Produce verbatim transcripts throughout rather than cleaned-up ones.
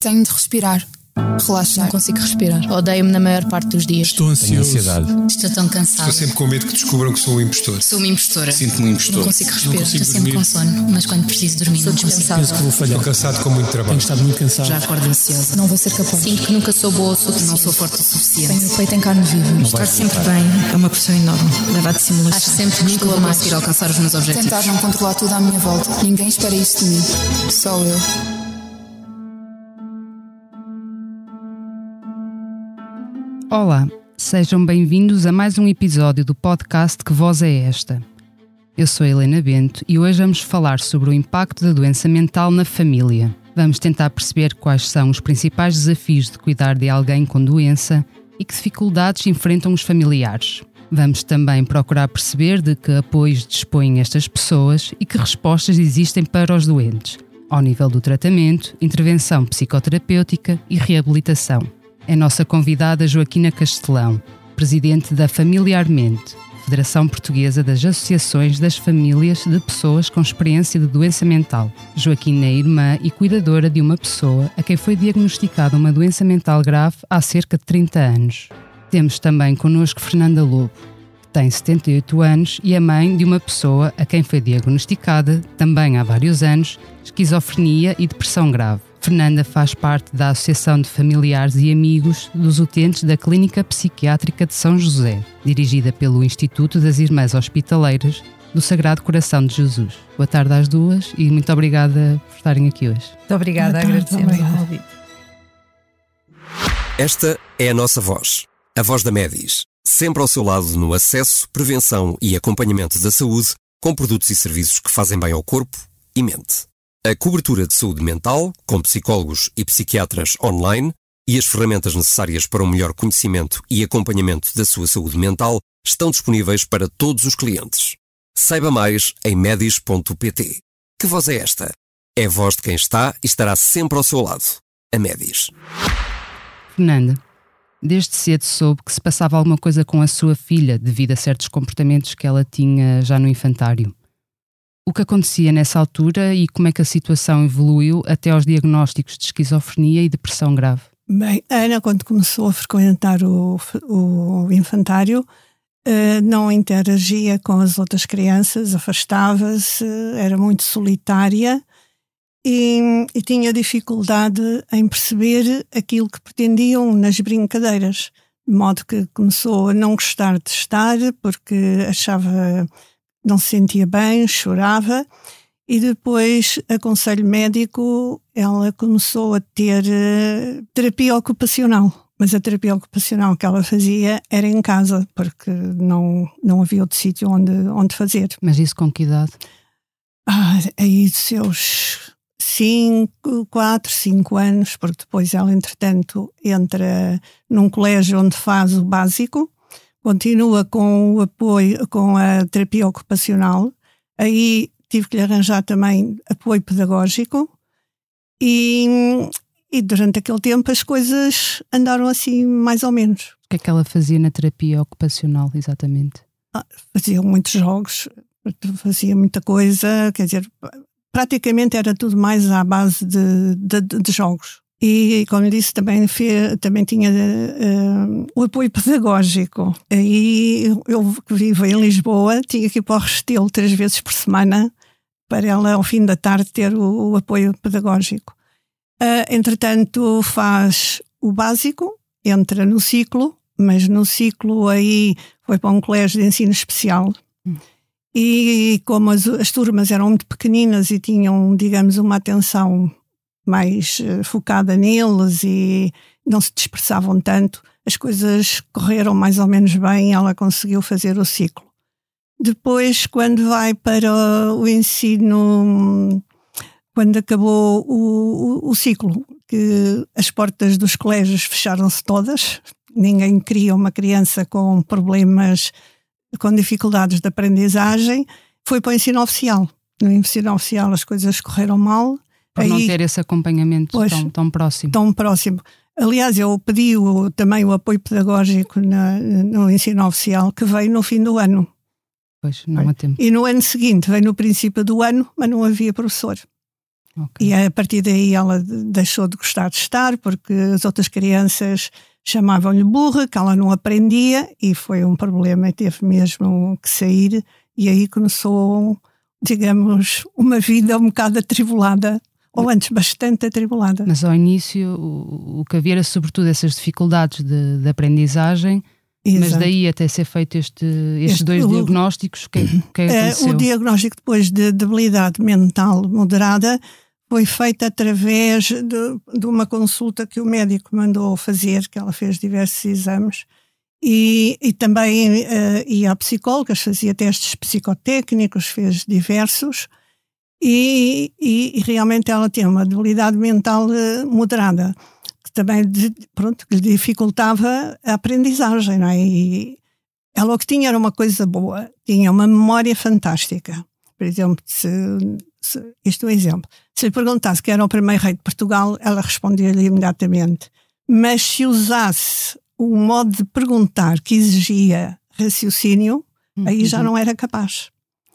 Tenho de respirar. Relaxar. Não consigo respirar. Odeio-me na maior parte dos dias. Estou ansioso. Estou tão cansada. Estou sempre com medo que descubram que sou um impostor. Sou uma impostora. Sinto-me um impostor. Não consigo respirar. Não consigo Estou sempre dormir. com sono, mas quando preciso dormir não consigo. Penso que vou falhar. Estou cansado com muito trabalho. Tenho estado muito cansado. Já acordo ansiosa. Não vou ser capaz. Sinto que nunca sou boa o suficiente. Não sou forte o suficiente. Tenho o peito em carne viva. Estar sempre bem é uma pressão enorme. Leva a dissimulação. Acho sempre que nunca vou conseguir alcançar os meus objetivos. Tentar não controlar tudo à minha volta. Ninguém espera isso de mim. Só eu. Olá, sejam bem-vindos a mais um episódio do podcast Que Voz é Esta? Eu sou a Helena Bento e hoje vamos falar sobre o impacto da doença mental na família. Vamos tentar perceber quais são os principais desafios de cuidar de alguém com doença e que dificuldades enfrentam os familiares. Vamos também procurar perceber de que apoios dispõem estas pessoas e que respostas existem para os doentes, ao nível do tratamento, intervenção psicoterapêutica e reabilitação. É nossa convidada Joaquina Castelão, presidente da Familiarmente, Federação Portuguesa das Associações das Famílias de Pessoas com Experiência de Doença Mental. Joaquina é irmã e cuidadora de uma pessoa a quem foi diagnosticada uma doença mental grave há cerca de trinta anos. Temos também connosco Fernanda Lobo, que tem setenta e oito anos e é mãe de uma pessoa a quem foi diagnosticada, também há vários anos, esquizofrenia e depressão grave. Fernanda faz parte da Associação de Familiares e Amigos dos Utentes da Clínica Psiquiátrica de São José, dirigida pelo Instituto das Irmãs Hospitaleiras do Sagrado Coração de Jesus. Boa tarde às duas e muito obrigada por estarem aqui hoje. Muito obrigada, agradecemos o convite. Esta é a nossa voz, a voz da Medis, sempre ao seu lado no acesso, prevenção e acompanhamento da saúde, com produtos e serviços que fazem bem ao corpo e mente. A cobertura de saúde mental, com psicólogos e psiquiatras online, e as ferramentas necessárias para um melhor conhecimento e acompanhamento da sua saúde mental estão disponíveis para todos os clientes. Saiba mais em medis ponto pt. Que voz é esta? É a voz de quem está e estará sempre ao seu lado. A Medis. Fernanda, desde cedo soube que se passava alguma coisa com a sua filha devido a certos comportamentos que ela tinha já no infantário. O que acontecia nessa altura e como é que a situação evoluiu até aos diagnósticos de esquizofrenia e depressão grave? Bem, a Ana, quando começou a frequentar o, o infantário, eh, não interagia com as outras crianças, afastava-se, era muito solitária e, e tinha dificuldade em perceber aquilo que pretendiam nas brincadeiras, de modo que começou a não gostar de estar porque achava... não se sentia bem, chorava e depois, a conselho médico, ela começou a ter uh, terapia ocupacional. Mas a terapia ocupacional que ela fazia era em casa, porque não, não havia outro sítio onde, onde fazer. Mas isso com que idade? Ah, aí dos seus cinco, quatro, cinco anos, porque depois ela, entretanto, entra num colégio onde faz o básico, continua com o apoio, com a terapia ocupacional. Aí tive que lhe arranjar também apoio pedagógico e, e durante aquele tempo as coisas andaram assim mais ou menos. O que é que ela fazia na terapia ocupacional, exatamente? Ah, fazia muitos jogos, fazia muita coisa, quer dizer, praticamente era tudo mais à base de, de, de jogos. E, como lhe disse, também, fez, também tinha uh, o apoio pedagógico. Aí eu que vivo em Lisboa, tinha que ir para o Restelo três vezes por semana para ela, ao fim da tarde, ter o, o apoio pedagógico. Uh, entretanto, faz o básico, entra no ciclo, mas no ciclo aí foi para um colégio de ensino especial. Hum. E como as, as turmas eram muito pequeninas e tinham, digamos, uma atenção mais uh, focada neles e não se dispersavam tanto, as coisas correram mais ou menos bem, ela conseguiu fazer o ciclo. Depois, quando vai para o ensino, quando acabou o, o, o ciclo, que as portas dos colégios fecharam-se todas, ninguém queria uma criança com problemas, com dificuldades de aprendizagem, foi para o ensino oficial. No ensino oficial as coisas correram mal. Por Aí, não ter esse acompanhamento pois, tão, tão próximo. Tão próximo. Aliás, eu pedi o, também o apoio pedagógico na, no ensino oficial, que veio no fim do ano. Pois, não há tempo. E no ano seguinte, veio no princípio do ano, mas não havia professor. Okay. E a partir daí ela deixou de gostar de estar, porque as outras crianças chamavam-lhe burra, que ela não aprendia, e foi um problema, e teve mesmo que sair, e aí começou, digamos, uma vida um bocado atribulada, ou antes bastante atribulada. Mas ao início o, o que havia era sobretudo essas dificuldades de, de aprendizagem. Exato. Mas daí até ser feito este, estes este, dois o, diagnósticos, o que, que aconteceu? O diagnóstico depois de debilidade mental moderada foi feito através de, de uma consulta que o médico mandou fazer, que ela fez diversos exames, e, e também uh, ia a psicólogas, fazia testes psicotécnicos, fez diversos, e, e, e realmente ela tem uma debilidade mental uh, moderada, que também pronto, que lhe dificultava a aprendizagem, não é? E ela o que tinha era uma coisa boa, tinha uma memória fantástica. Por exemplo, se, se, isto é um exemplo. Se lhe perguntasse quem era o primeiro rei de Portugal, ela respondia-lhe imediatamente. Mas se usasse um modo de perguntar que exigia raciocínio, uhum. aí já não era capaz.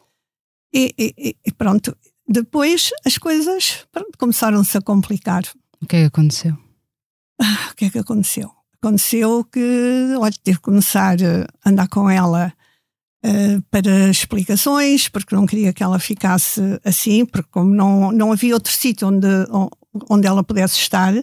E, e, e pronto, depois as coisas pronto, começaram-se a complicar. O que é que aconteceu? Ah, o que é que aconteceu? Aconteceu que, olha, tive que começar a andar com ela Uh, para explicações, porque não queria que ela ficasse assim, porque como não, não havia outro sítio onde, onde ela pudesse estar,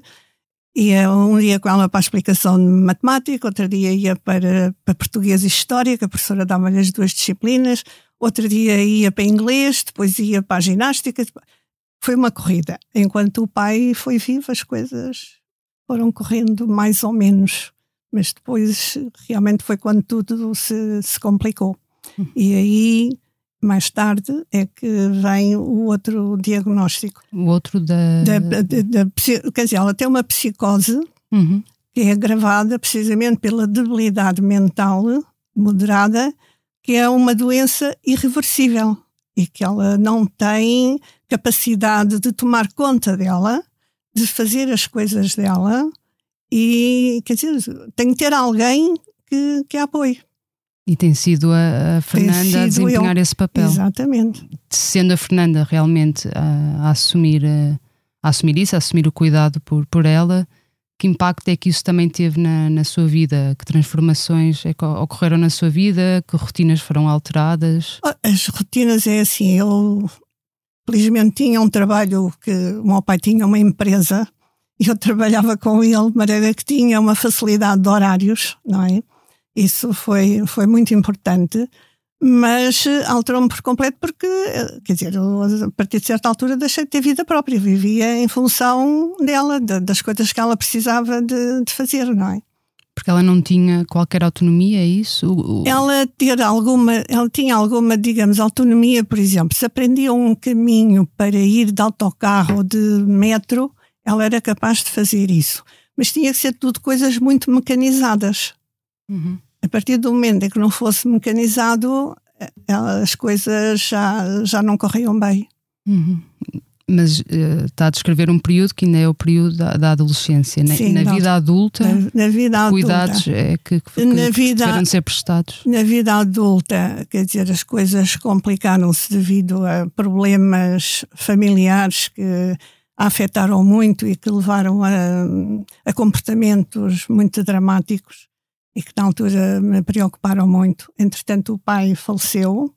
ia um dia com ela para a explicação de matemática, outro dia ia para, para português e história, que a professora dava-lhe as duas disciplinas, outro dia ia para inglês, depois ia para a ginástica. Foi uma corrida. Enquanto o pai foi vivo, as coisas foram correndo mais ou menos, mas depois realmente foi quando tudo se, se complicou. E aí, mais tarde, é que vem o outro diagnóstico. O outro da... da, da, da, da quer dizer, ela tem uma psicose uhum. que é agravada precisamente pela debilidade mental moderada, que é uma doença irreversível e que ela não tem capacidade de tomar conta dela, de fazer as coisas dela e, quer dizer, tem que ter alguém que, que a apoie. E tem sido a, a Fernanda sido a desempenhar eu. esse papel. Exatamente. Sendo a Fernanda realmente a, a, assumir, a, a assumir isso, a assumir o cuidado por, por ela, que impacto é que isso também teve na, na sua vida? Que transformações é que ocorreram na sua vida? Que rotinas foram alteradas? As rotinas é assim, eu felizmente tinha um trabalho que o meu pai tinha uma empresa e eu trabalhava com ele de maneira que tinha uma facilidade de horários, não é? Isso foi, foi muito importante, mas alterou-me por completo porque, quer dizer, eu, a partir de certa altura deixei de ter vida própria, vivia em função dela, de, das coisas que ela precisava de, de fazer, não é? Porque ela não tinha qualquer autonomia, é isso? O... Ela, ter alguma, ela tinha alguma, digamos, autonomia, por exemplo, se aprendia um caminho para ir de autocarro ou de metro, ela era capaz de fazer isso, mas tinha que ser tudo coisas muito mecanizadas. Uhum. A partir do momento em que não fosse mecanizado, as coisas já, já não corriam bem. Uhum. Mas uh, está a descrever um período que ainda é o período da, da adolescência. Na, Sim, na não, vida adulta, na, na vida cuidados adulta. é que, que, na que, vida, que tiveram de ser prestados? Na vida adulta, quer dizer, as coisas complicaram-se devido a problemas familiares que a afetaram muito e que levaram a, a comportamentos muito dramáticos. E que na altura me preocuparam muito. Entretanto, o pai faleceu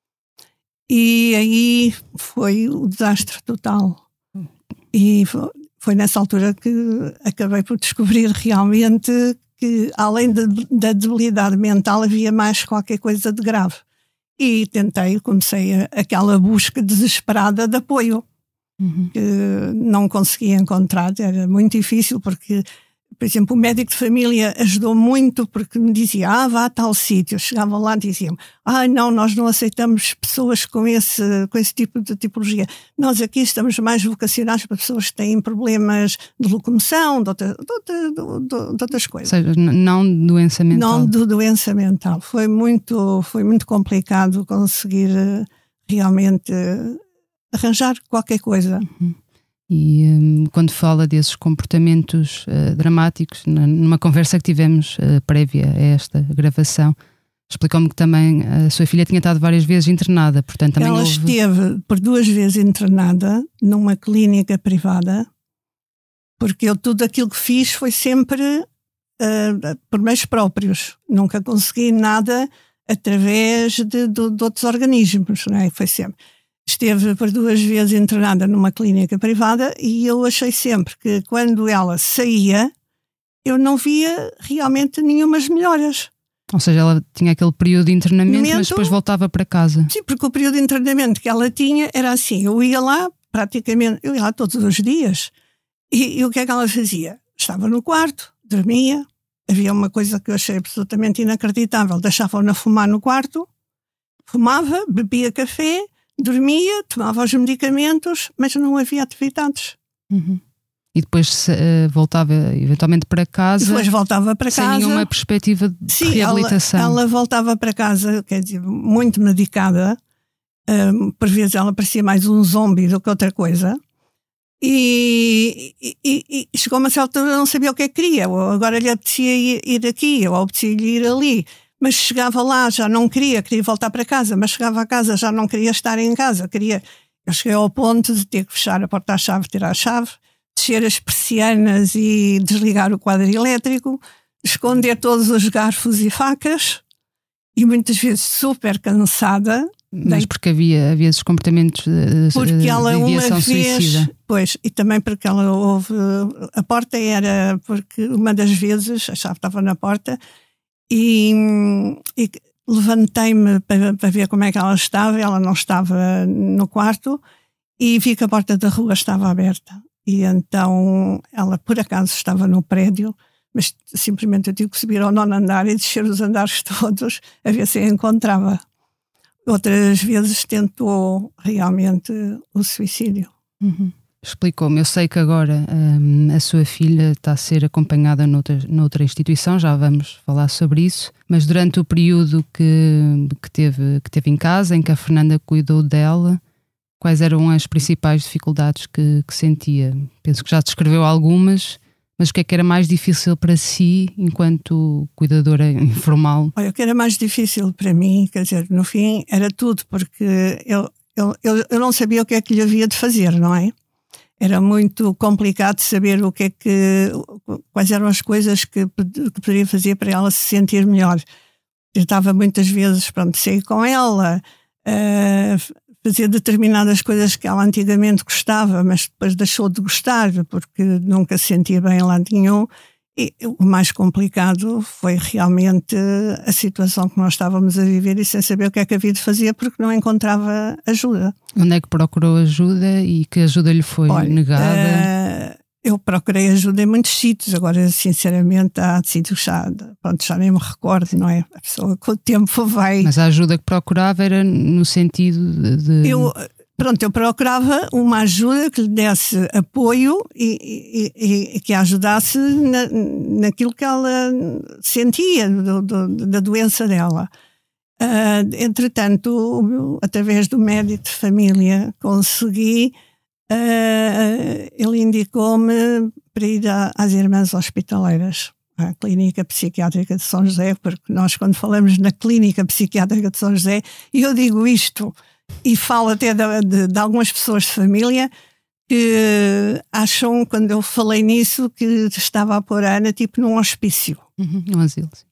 e aí foi o desastre total. E foi nessa altura que acabei por descobrir realmente que, além de, da debilidade mental, havia mais qualquer coisa de grave. E tentei, comecei a, aquela busca desesperada de apoio, uhum. que não conseguia encontrar. Era muito difícil porque... Por exemplo, o médico de família ajudou muito porque me dizia, ah, vá a tal sítio. Chegavam lá e diziam, ah, não, nós não aceitamos pessoas com esse, com esse tipo de tipologia. Nós aqui estamos mais vocacionados para pessoas que têm problemas de locomoção, de, outra, de, outra, de, de outras coisas. Ou seja, não de doença mental. Não de doença mental. Foi muito, foi muito complicado conseguir realmente arranjar qualquer coisa. Uhum. E um, quando fala desses comportamentos uh, dramáticos, na, numa conversa que tivemos uh, prévia a esta gravação, Explicou-me que também a sua filha tinha estado várias vezes internada, portanto também Ela houve... esteve por duas vezes internada numa clínica privada, porque eu tudo aquilo que fiz foi sempre uh, por meios próprios. Nunca consegui nada através de, de, de outros organismos, não é? Foi sempre. Esteve por duas vezes internada numa clínica privada e eu achei sempre que quando ela saía, eu não via realmente nenhumas melhoras. Ou seja, ela tinha aquele período de internamento, Momento, mas depois voltava para casa. Sim, porque o período de internamento que ela tinha era assim, eu ia lá praticamente, eu ia lá todos os dias. E, e o que é que ela fazia? Estava no quarto, dormia, havia uma coisa que eu achei absolutamente inacreditável, deixavam-na fumar no quarto, fumava, bebia café, dormia, tomava os medicamentos, mas não havia atividades. Uhum. E depois uh, voltava eventualmente para casa. Depois voltava para sem casa. Sem nenhuma perspectiva de Sim, reabilitação. Ela, ela voltava para casa, quer dizer, muito medicada. Um, por vezes ela parecia mais um zombie do que outra coisa. E, e, e chegou uma certa altura, não sabia o que é que queria. Ou agora lhe apetecia ir, ir aqui, ou apetecia ir ali. Mas chegava lá, já não queria, queria voltar para casa. Mas chegava a casa, já não queria estar em casa. Queria... Eu cheguei ao ponto de ter que fechar a porta à chave, tirar a chave, descer as persianas e desligar o quadro elétrico, esconder todos os garfos e facas, e muitas vezes super cansada. Mas bem, porque havia, havia esses comportamentos de, porque ela de uma ideação vez, suicida. Pois, e também porque ela houve, a porta era, porque uma das vezes a chave estava na porta e, e levantei-me para, para ver como é que ela estava, ela não estava no quarto e vi que a porta da rua estava aberta. E então ela por acaso estava no prédio, mas simplesmente eu tive que subir ao nono andar e descer os andares todos a ver se a encontrava. Outras vezes tentou realmente o suicídio. Uhum. Explicou-me, eu sei que agora hum, a sua filha está a ser acompanhada noutra, noutra instituição, já vamos falar sobre isso, mas durante o período que, que, teve, que teve em casa, em que a Fernanda cuidou dela, quais eram as principais dificuldades que, que sentia? Penso que já descreveu algumas, mas o que é que era mais difícil para si enquanto cuidadora informal? Olha, o que era mais difícil para mim, quer dizer, no fim era tudo, porque eu, eu, eu, eu não sabia o que é que lhe havia de fazer, não é? Era muito complicado saber o que é que, quais eram as coisas que, que poderia fazer para ela se sentir melhor. Eu estava muitas vezes, pronto, sair com ela, uh, fazer determinadas coisas que ela antigamente gostava, mas depois deixou de gostar porque nunca se sentia bem em lado nenhum. E o mais complicado foi realmente a situação que nós estávamos a viver e sem saber o que é que havia de fazer porque não encontrava ajuda. Onde é que procurou ajuda e que ajuda lhe foi Olha, negada? Uh, eu procurei ajuda em muitos sítios, agora sinceramente há sítios já, pronto, já nem me recordo, não é? A pessoa com o tempo vai... Mas a ajuda que procurava era no sentido de... de... Eu, pronto, eu procurava uma ajuda que lhe desse apoio e, e, e que a ajudasse na, naquilo que ela sentia do, do, da doença dela. Uh, entretanto, através do médico de família, consegui, uh, ele indicou-me para ir a, às Irmãs Hospitaleiras, à Clínica Psiquiátrica de São José, porque nós quando falamos na Clínica Psiquiátrica de São José, e eu digo isto, e falo até de, de, de algumas pessoas de família que acham, quando eu falei nisso, que estava a pôr a Ana tipo num hospício. Uhum, num asilo, sim.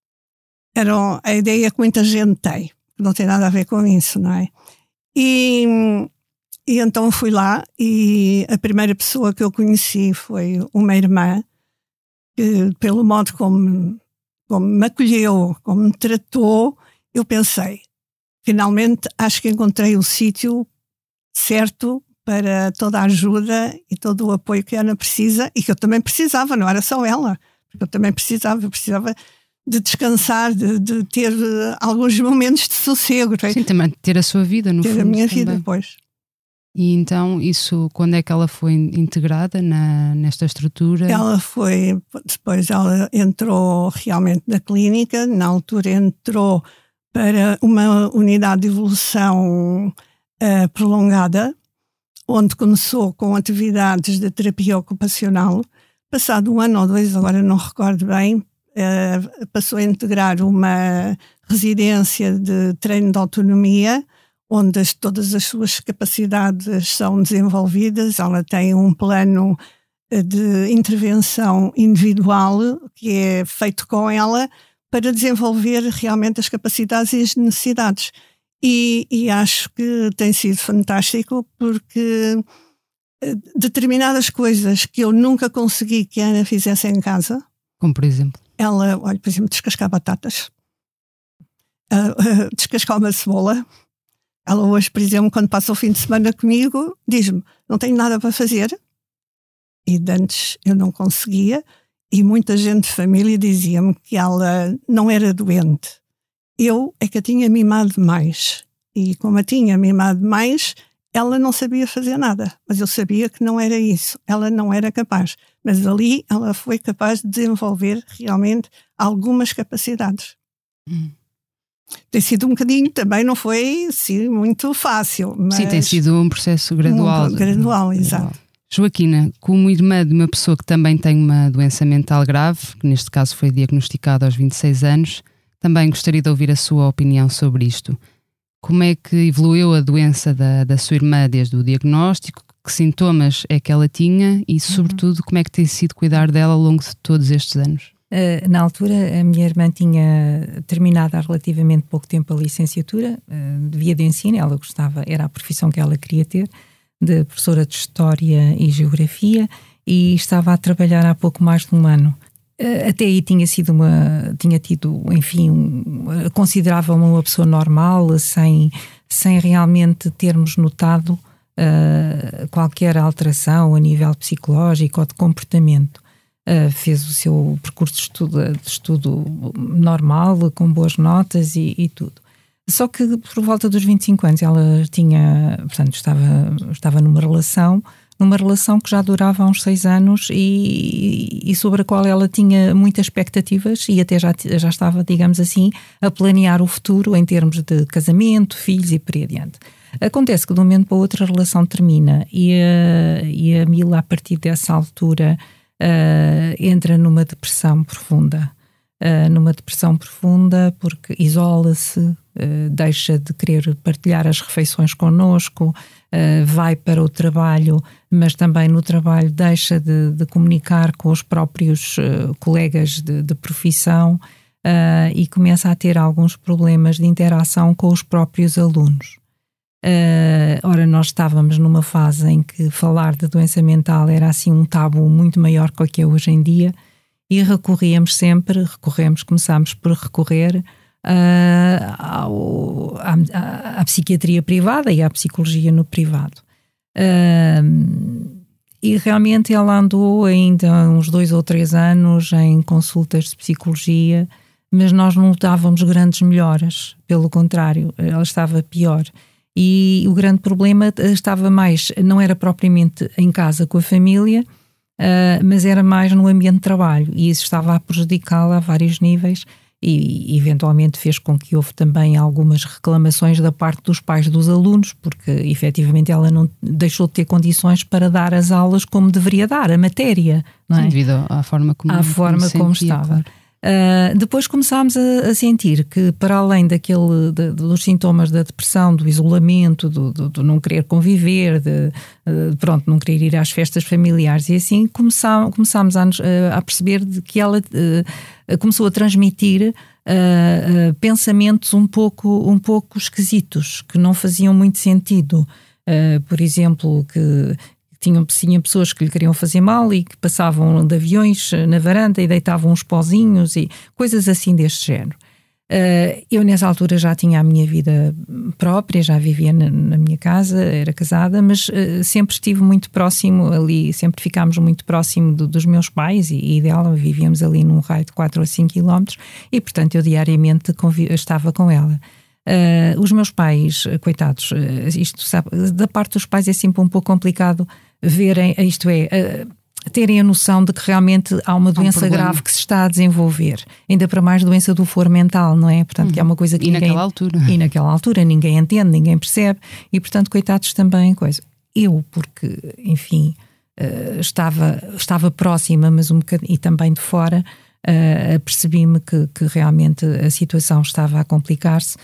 Era a ideia que muita gente tem, não tem nada a ver com isso, não é? E, e então fui lá e a primeira pessoa que eu conheci foi uma irmã que, pelo modo como, como me acolheu, como me tratou, eu pensei, finalmente acho que encontrei o sítio certo para toda a ajuda e todo o apoio que a Ana precisa e que eu também precisava, não era só ela, porque eu também precisava, eu precisava de descansar, de, de ter alguns momentos de sossego. Não é? Sim, também ter a sua vida, no ter fundo. Ter a minha também. vida, pois. E então, isso, quando é que ela foi integrada na, nesta estrutura? Ela foi, depois ela entrou realmente na clínica, na altura entrou para uma unidade de evolução uh, prolongada, onde começou com atividades de terapia ocupacional. Passado um ano ou dois, agora não recordo bem, uh, passou a integrar uma residência de treino de autonomia, onde as, todas as suas capacidades são desenvolvidas. Ela tem um plano de intervenção individual que é feito com ela para desenvolver realmente as capacidades e as necessidades. E, e acho que tem sido fantástico, porque determinadas coisas que eu nunca consegui que a Ana fizesse em casa. Como por exemplo? Ela, olha, por exemplo, descascar batatas, uh, uh, descascar uma cebola. Ela hoje, por exemplo, quando passa o fim de semana comigo, diz-me, não tenho nada para fazer. E de antes eu não conseguia. E muita gente de família dizia-me que ela não era doente. Eu é que a tinha mimado mais. E como a tinha mimado mais, ela não sabia fazer nada. Mas eu sabia que não era isso. Ela não era capaz. Mas ali ela foi capaz de desenvolver realmente algumas capacidades. Hum. Tem sido um bocadinho, também não foi sim, muito fácil. Mas sim, tem sido um processo gradual. Um, gradual, exato. Joaquina, como irmã de uma pessoa que também tem uma doença mental grave, que neste caso foi diagnosticada aos vinte e seis anos, também gostaria de ouvir a sua opinião sobre isto. Como é que evoluiu a doença da, da sua irmã desde o diagnóstico? Que sintomas é que ela tinha e, sobretudo, como é que tem sido cuidar dela ao longo de todos estes anos? Uh, na altura, a minha irmã tinha terminado há relativamente pouco tempo a licenciatura uh, de via de ensino. Ela gostava, era a profissão que ela queria ter, de professora de História e Geografia, e estava a trabalhar há pouco mais de um ano. Uh, até aí tinha sido uma, tinha tido, enfim, um, considerava-me uma pessoa normal, sem, sem realmente termos notado uh, qualquer alteração a nível psicológico ou de comportamento. Uh, fez o seu percurso de estudo, de estudo normal, com boas notas e, e tudo. Só que por volta dos vinte e cinco anos ela tinha, portanto, estava, estava numa relação, numa relação que já durava há uns seis anos e, e sobre a qual ela tinha muitas expectativas e até já, já estava, digamos assim, a planear o futuro em termos de casamento, filhos e por aí adiante. Acontece que de um momento para o outro a relação termina e a, e a Mila, a partir dessa altura, Uh, entra numa depressão profunda, uh, numa depressão profunda porque isola-se, uh, deixa de querer partilhar as refeições connosco, uh, vai para o trabalho, mas também no trabalho deixa de, de comunicar com os próprios uh, colegas de, de profissão uh, e começa a ter alguns problemas de interação com os próprios alunos. Uh, ora, nós estávamos numa fase em que falar de doença mental era assim um tabu muito maior que o que é hoje em dia e recorríamos sempre, recorremos, começámos por recorrer uh, ao, à, à, à psiquiatria privada e à psicologia no privado. Uh, e realmente ela andou ainda uns dois ou três anos em consultas de psicologia, mas nós não notávamos grandes melhoras, pelo contrário, ela estava pior. E o grande problema estava mais, não era propriamente em casa com a família, uh, mas era mais no ambiente de trabalho, e isso estava a prejudicá-la a vários níveis e, e eventualmente fez com que houve também algumas reclamações da parte dos pais dos alunos, porque efetivamente ela não deixou de ter condições para dar as aulas como deveria dar, a matéria, não é? Sim, devido à forma como, à forma como, como estava. Claro. Uh, depois começámos a, a sentir que, para além daquele, de, dos sintomas da depressão, do isolamento, do, do, do não querer conviver, de, de pronto, não querer ir às festas familiares e assim, começámos, começámos a, a perceber de que ela uh, começou a transmitir uh, uh, pensamentos um pouco, um pouco esquisitos, que não faziam muito sentido. Uh, por exemplo, que Tinham, tinham pessoas que lhe queriam fazer mal e que passavam de aviões na varanda e deitavam uns pozinhos e coisas assim deste género. Uh, eu nessa altura já tinha a minha vida própria, já vivia na, na minha casa, era casada, mas uh, sempre estive muito próximo ali, sempre ficámos muito próximo do, dos meus pais e, e dela, vivíamos ali num raio de quatro ou cinco quilómetros e portanto eu diariamente convi- estava com ela. Uh, os meus pais, coitados, uh, isto sabe, da parte dos pais é sempre um pouco complicado verem, isto é, uh, terem a noção de que realmente há uma doença um grave que se está a desenvolver, ainda para mais doença do foro mental, não é? Portanto, uhum. que é uma coisa que e ninguém... naquela altura. E naquela altura ninguém entende, ninguém percebe e portanto, coitados também, coisa. Eu, porque, enfim, uh, estava, estava próxima, mas um bocadinho, e também de fora, uh, apercebi-me que, que realmente a situação estava a complicar-se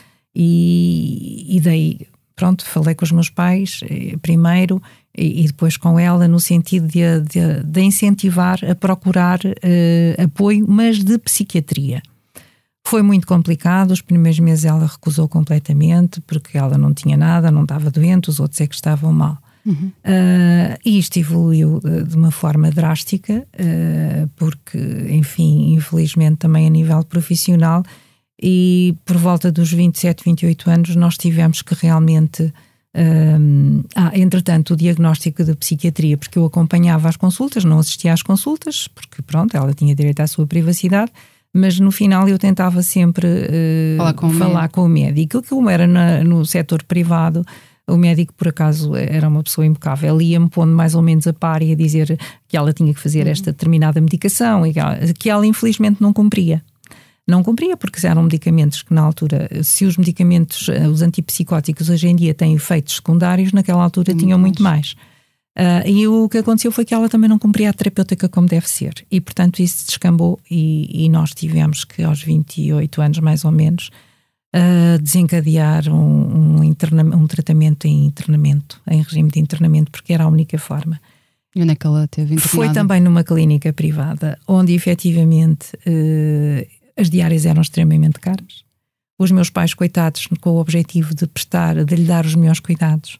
e, e daí, pronto, falei com os meus pais primeiro e, e depois com ela no sentido de, de, de incentivar a procurar uh, apoio, mas de psiquiatria. Foi muito complicado, os primeiros meses ela recusou completamente porque ela não tinha nada, não estava doente, os outros é que estavam mal. Uhum. Uh, e isto evoluiu de uma forma drástica, uh, porque, enfim, infelizmente também a nível profissional, e por volta dos vinte e sete, vinte e oito anos nós tivemos que realmente... Um, ah, entretanto, o diagnóstico de psiquiatria, porque eu acompanhava as consultas, não assistia às consultas, porque pronto, ela tinha direito à sua privacidade, mas no final eu tentava sempre uh, falar, com, falar o com o médico. Como era na, no setor privado, o médico por acaso era uma pessoa impecável, ia-me pondo mais ou menos a par e a dizer que ela tinha que fazer esta determinada medicação e que ela, que ela infelizmente não cumpria. Não cumpria porque eram medicamentos que na altura, se os medicamentos, os antipsicóticos hoje em dia têm efeitos secundários, naquela altura muito tinham muito mais. mais. Uh, e o que aconteceu foi que ela também não cumpria a terapêutica como deve ser. E portanto isso descambou e, e nós tivemos que aos vinte e oito anos mais ou menos uh, desencadear um, um, interna- um tratamento em internamento, em regime de internamento, porque era a única forma. E onde é que ela teve internada? Foi também numa clínica privada, onde efetivamente... Uh, as diárias eram extremamente caras. Os meus pais, coitados, com o objetivo de prestar, de lhe dar os melhores cuidados,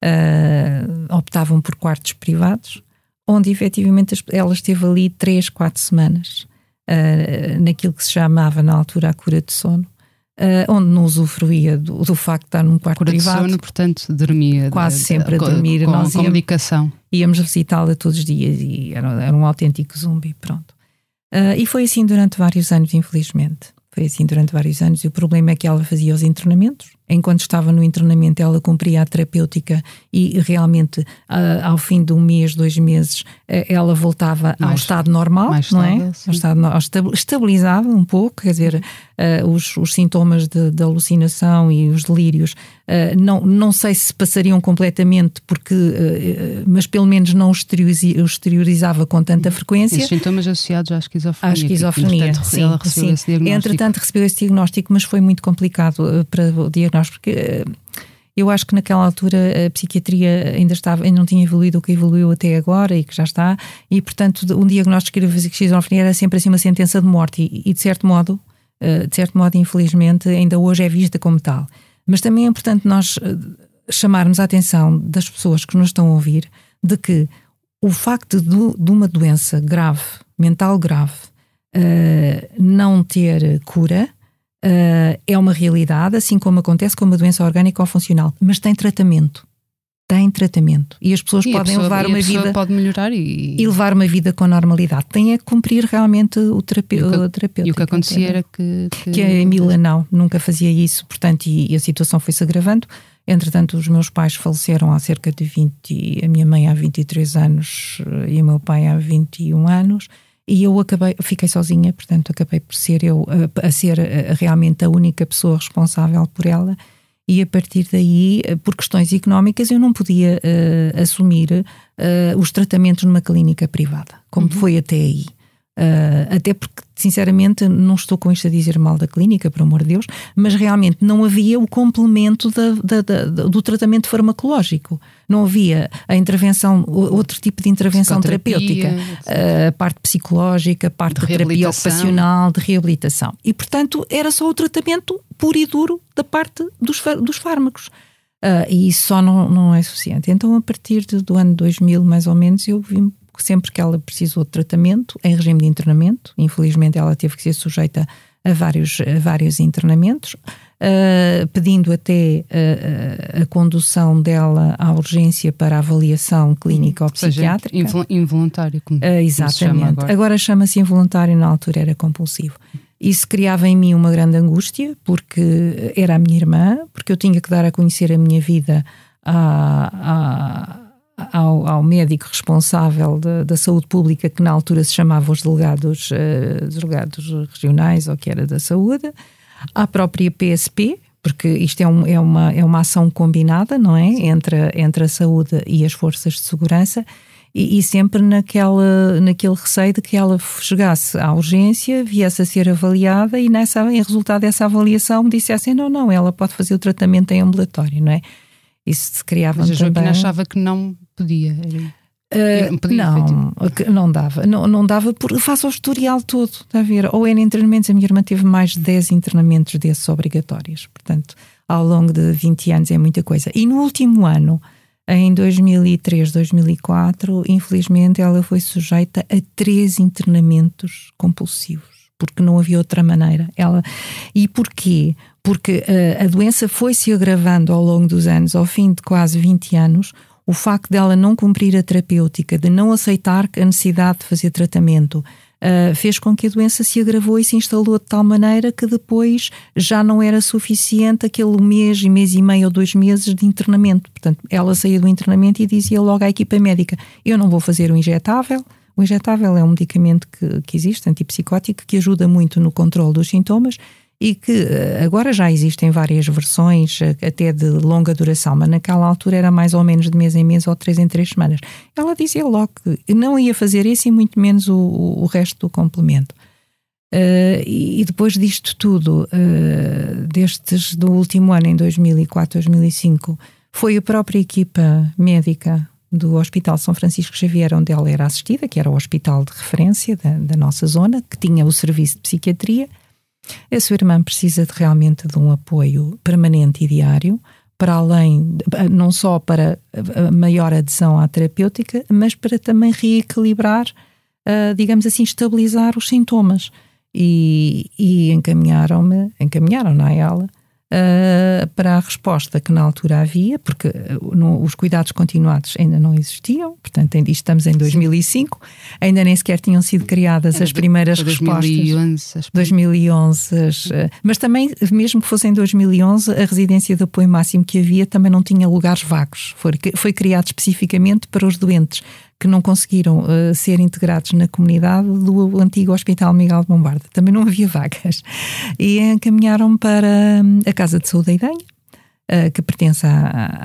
uh, optavam por quartos privados, onde efetivamente ela esteve ali três, quatro semanas, uh, naquilo que se chamava na altura a cura de sono, uh, onde não usufruía do, do facto de estar num quarto cura privado. Cura de sono, portanto, dormia. Quase de, sempre de, a dormir. Com, Nós com íamos, medicação. Íamos visitá-la todos os dias e era, era um autêntico zumbi, pronto. Uh, e foi assim durante vários anos, infelizmente. Foi assim durante vários anos. E o problema é que ela fazia os internamentos. Enquanto estava no internamento, ela cumpria a terapêutica e realmente, uh, ao fim de um mês, dois meses, uh, ela voltava mais, ao estado normal, não estável, é? Ao estado, ao, estabilizava um pouco, quer dizer, uh, os, os sintomas de, de alucinação e os delírios, uh, não, não sei se passariam completamente, porque, uh, mas pelo menos não os exteriorizava com tanta frequência. Esses sintomas associados à esquizofrenia. À esquizofrenia, que, sim. Ela recebeu sim. esse diagnóstico. Entretanto, recebeu esse diagnóstico, mas foi muito complicado uh, para o diagnóstico, porque uh, eu acho que naquela altura a psiquiatria ainda, estava, ainda não tinha evoluído o que evoluiu até agora e que já está, e portanto um diagnóstico de esquizofrenia era sempre assim uma sentença de morte e, e de certo modo, uh, de certo modo, infelizmente, ainda hoje é vista como tal. Mas também é importante nós uh, chamarmos a atenção das pessoas que nos estão a ouvir de que o facto de, de uma doença grave, mental grave, uh, não ter cura, Uh, é uma realidade, assim como acontece com uma doença orgânica ou funcional, mas tem tratamento. Tem tratamento. E as pessoas e podem pessoa, levar e uma a vida. pode melhorar e... e levar uma vida com normalidade. Tem a cumprir realmente o, terape... e o, que, o terapeuta. E o que acontecia era que. Que, que a Emília não, nunca fazia isso, portanto, e, e a situação foi se agravando. Entretanto, os meus pais faleceram há cerca de vinte, a minha mãe há vinte e três anos e o meu pai há vinte e um anos. E eu acabei, fiquei sozinha, portanto acabei por ser eu a, a ser a, realmente a única pessoa responsável por ela, e a partir daí, por questões económicas, eu não podia uh, assumir uh, os tratamentos numa clínica privada, como uhum. foi até aí. Uh, até porque, sinceramente, não estou com isto a dizer mal da clínica, por amor de Deus, mas realmente não havia o complemento da, da, da, do tratamento farmacológico. Não havia a intervenção, outro tipo de intervenção terapêutica, a parte psicológica, a parte de, de terapia ocupacional, de reabilitação. E, portanto, era só o tratamento puro e duro da parte dos, dos fármacos. Uh, e isso só não, não é suficiente. Então, a partir do ano dois mil, mais ou menos, eu vi sempre que ela precisou de tratamento, em regime de internamento. Infelizmente, ela teve que ser sujeita a vários, a vários internamentos, uh, pedindo até uh, a condução dela à urgência para avaliação clínica ou psiquiátrica. Ou seja, involuntário, como, uh, exatamente. Como se chama agora. Agora chama-se involuntário, na altura era compulsivo. Isso criava em mim uma grande angústia, porque era a minha irmã, porque eu tinha que dar a conhecer a minha vida a... a Ao, ao médico responsável de, da saúde pública, que na altura se chamava os delegados, uh, delegados regionais, ou que era da saúde, à própria P S P, porque isto é, um, é, uma, é uma ação combinada, não é? Entre, entre a saúde e as forças de segurança, E, e sempre naquela, naquele receio de que ela chegasse à urgência, viesse a ser avaliada e nessa, em resultado dessa avaliação me dissessem não, não, ela pode fazer o tratamento em ambulatório, não é? Isso se criava também... Mas a Joaquina também... achava que não podia, era... uh, não, não dava, não, não dava por, face ao historial todo, está a ver? Ou era internamentos, a minha irmã teve mais de dez internamentos desses obrigatórios, portanto, ao longo de vinte anos é muita coisa. E no último ano, em dois mil e três, dois mil e quatro, infelizmente ela foi sujeita a três internamentos compulsivos, porque não havia outra maneira. Ela... E porquê? Porque uh, a doença foi-se agravando ao longo dos anos, ao fim de quase vinte anos, o facto dela não cumprir a terapêutica, de não aceitar a necessidade de fazer tratamento, Uh, fez com que a doença se agravou e se instalou de tal maneira que depois já não era suficiente aquele mês, mês e meio ou dois meses de internamento. Portanto, ela saía do internamento e dizia logo à equipa médica: eu não vou fazer o injetável. O injetável é um medicamento que, que existe, antipsicótico, que ajuda muito no controle dos sintomas e que agora já existem várias versões, até de longa duração, mas naquela altura era mais ou menos de mês em mês ou três em três semanas. Ela dizia logo que não ia fazer isso e muito menos o, o resto do complemento. Uh, e depois disto tudo, uh, destes do último ano, em dois mil e quatro, dois mil e cinco, foi a própria equipa médica do Hospital São Francisco Xavier, onde ela era assistida, que era o hospital de referência da, da nossa zona, que tinha o serviço de psiquiatria. A sua irmã precisa de, realmente de um apoio permanente e diário, para além, não só para a maior adesão à terapêutica, mas para também reequilibrar, uh, digamos assim, estabilizar os sintomas. E, e encaminharam-me, encaminharam-na a ela, uh, para a resposta que na altura havia, porque no, os cuidados continuados ainda não existiam, portanto ainda estamos em dois mil e cinco, ainda nem sequer tinham sido criadas Era as primeiras dois respostas. dois mil e onze, dois mil e onze, as, uh, mas também, mesmo que fosse em dois mil e onze, a residência de apoio máximo que havia também não tinha lugares vagos, foi, foi criado especificamente para os doentes que não conseguiram uh, ser integrados na comunidade do antigo Hospital Miguel de Bombarda. Também não havia vagas. E encaminharam-me para a Casa de Saúde da Idenha, uh, que pertence a,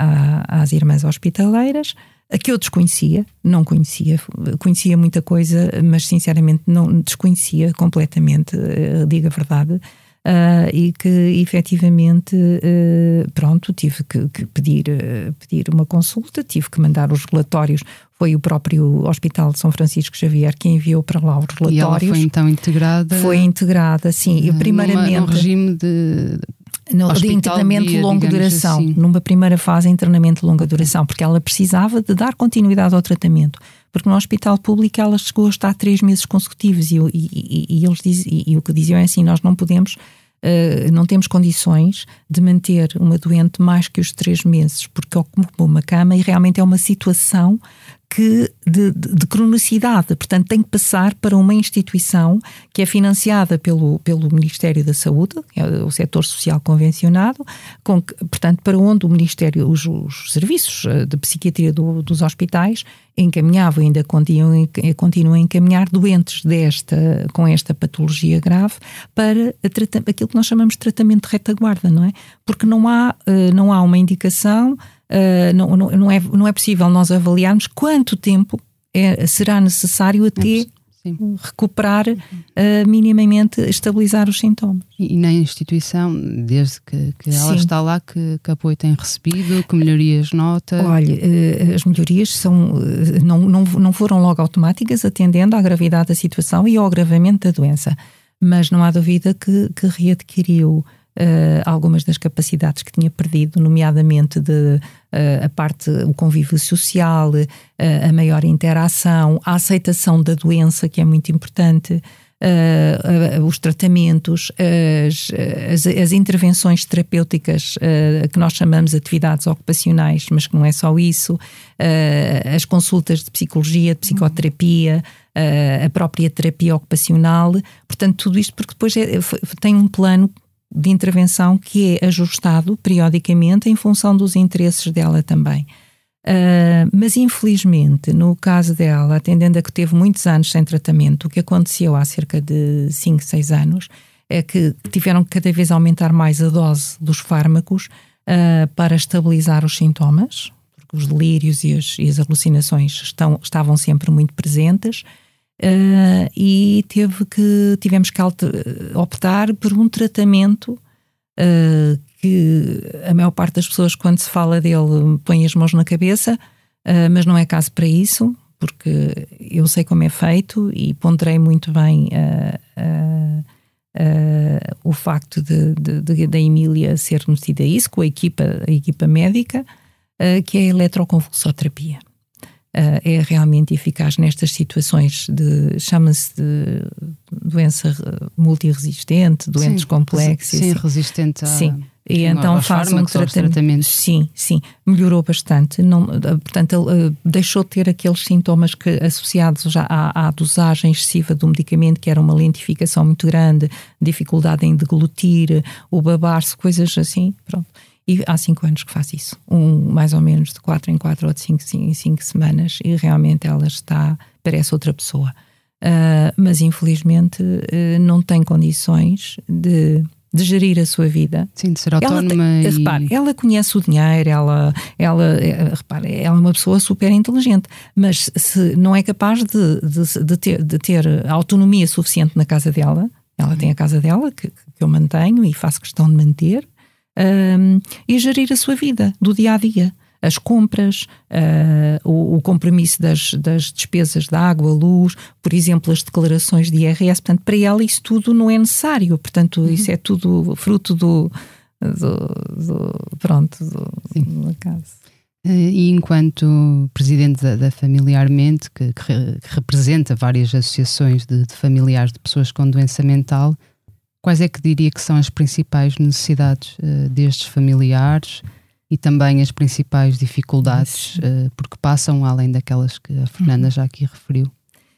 a, às Irmãs Hospitaleiras, a que eu desconhecia, não conhecia, conhecia muita coisa, mas sinceramente não desconhecia completamente, uh, digo a verdade. Uh, e que efetivamente uh, pronto, tive que, que pedir, uh, pedir uma consulta, tive que mandar os relatórios. Foi o próprio Hospital de São Francisco Xavier que enviou para lá os relatórios. E ela foi então integrada? Foi integrada, sim. Uh, primeiramente, numa, num regime de... No, de internamento de longa duração, assim. Numa primeira fase, internamento de longa duração, porque ela precisava de dar continuidade ao tratamento, porque no hospital público ela chegou a estar três meses consecutivos e, e, e, e eles diz, e, e o que diziam é assim: nós não podemos, uh, não temos condições de manter uma doente mais que os três meses, porque ocupa uma cama e realmente é uma situação que de, de, de cronicidade, portanto tem que passar para uma instituição que é financiada pelo, pelo Ministério da Saúde, que é o setor social convencionado, com que, portanto para onde o Ministério, os, os serviços de psiquiatria do, dos hospitais encaminhavam e ainda continuam, continuam a encaminhar doentes desta, com esta patologia grave para a trata, aquilo que nós chamamos de tratamento de retaguarda, não é? Porque não há, não há uma indicação. Uh, não, não, não, é, não é possível nós avaliarmos quanto tempo é, será necessário até Sim. recuperar, uh, minimamente estabilizar os sintomas. E, e na instituição, desde que, que ela está lá, que, que apoio tem recebido, que melhorias nota? Olha, uh, as melhorias são, uh, não, não, não foram logo automáticas, atendendo à gravidade da situação e ao agravamento da doença, mas não há dúvida que, que readquiriu Uh, algumas das capacidades que tinha perdido, nomeadamente de, uh, a parte, o convívio social, uh, a maior interação, a aceitação da doença, que é muito importante, uh, uh, os tratamentos, as, as, as intervenções terapêuticas, uh, que nós chamamos de atividades ocupacionais, mas que não é só isso, uh, as consultas de psicologia, de psicoterapia, uh, a própria terapia ocupacional, portanto tudo isto porque depois é, tem um plano de intervenção que é ajustado periodicamente em função dos interesses dela também. Uh, mas infelizmente, no caso dela, atendendo a que teve muitos anos sem tratamento, o que aconteceu há cerca de cinco, seis anos é que tiveram que cada vez aumentar mais a dose dos fármacos uh, para estabilizar os sintomas, porque os delírios e as, e as alucinações estão, estavam sempre muito presentes, uh, e teve que, tivemos que optar por um tratamento uh, que a maior parte das pessoas, quando se fala dele, põe as mãos na cabeça, uh, mas não é caso para isso, porque eu sei como é feito e ponderei muito bem uh, uh, uh, o facto de, de, de, da Emília ser metida a isso, com a equipa, a equipa médica, uh, que é a eletroconvulsoterapia. Uh, é realmente eficaz nestas situações de, chama-se de doença multiresistente, doentes sim, complexos. Sim, resistente a... Sim. E então faz um tratamento. Sim, sim, melhorou bastante. Não, portanto, ele deixou de ter aqueles sintomas que, associados já à, à dosagem excessiva do medicamento, que era uma lentificação muito grande, dificuldade em deglutir, o babar-se, coisas assim. Pronto. E há cinco anos que faz isso. Um, mais ou menos de quatro em quatro ou de cinco em cinco semanas, e realmente ela está, parece outra pessoa. Uh, mas infelizmente uh, não tem condições de... de gerir a sua vida. Sim, de ser autónoma. Ela, e... repare, ela conhece o dinheiro, ela, ela, repare, ela é uma pessoa super inteligente, mas se não é capaz de, de, de, ter, de ter autonomia suficiente na casa dela, ela tem a casa dela, que, que eu mantenho e faço questão de manter, um, e gerir a sua vida do dia a dia. As compras, uh, o, o compromisso das, das despesas de água, luz, por exemplo, as declarações de I R S. Portanto, para ela isso tudo não é necessário. Portanto, uhum. isso é tudo fruto do... do, do pronto, do, do caso. E enquanto presidente da, da Familiarmente, que, que, re, que representa várias associações de, de familiares de pessoas com doença mental, quais é que diria que são as principais necessidades uh, destes familiares e também as principais dificuldades, uh, porque passam além daquelas que a Fernanda já aqui referiu?